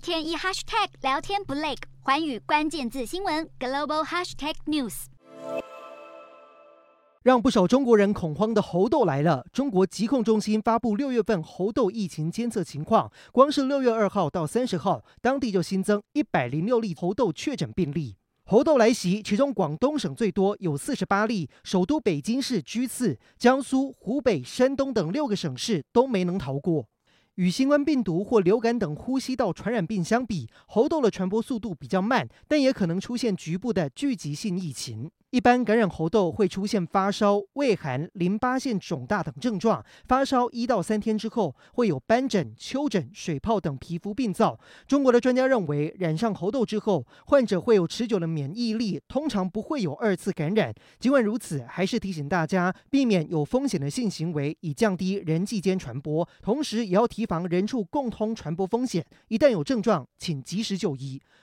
天一 hashtag 聊天不累，寰宇关键字新闻 global hashtag news。 让不少中国人恐慌的猴痘来了。中国疾控中心发布6月份猴痘疫情监测情况，光是6月2号到30号，当地就新增106例猴痘确诊病例。猴痘来袭，其中广东省最多，有48例，首都北京市居次，江苏、湖北、山东等6个省市都没能逃过。与新冠病毒或流感等呼吸道传染病相比，猴痘的传播速度比较慢，但也可能出现局部的聚集性疫情。一般感染猴痘会出现发烧、畏寒、淋巴腺肿大等症状，发烧1到3天之后会有斑疹、丘疹、水泡等皮肤病灶。中国的专家认为，染上猴痘之后，患者会有持久的免疫力，通常不会有2次感染。尽管如此，还是提醒大家避免有风险的性行为，以降低人际间传播，同时也要提防人畜共通传播风险。一旦有症状，请及时就医。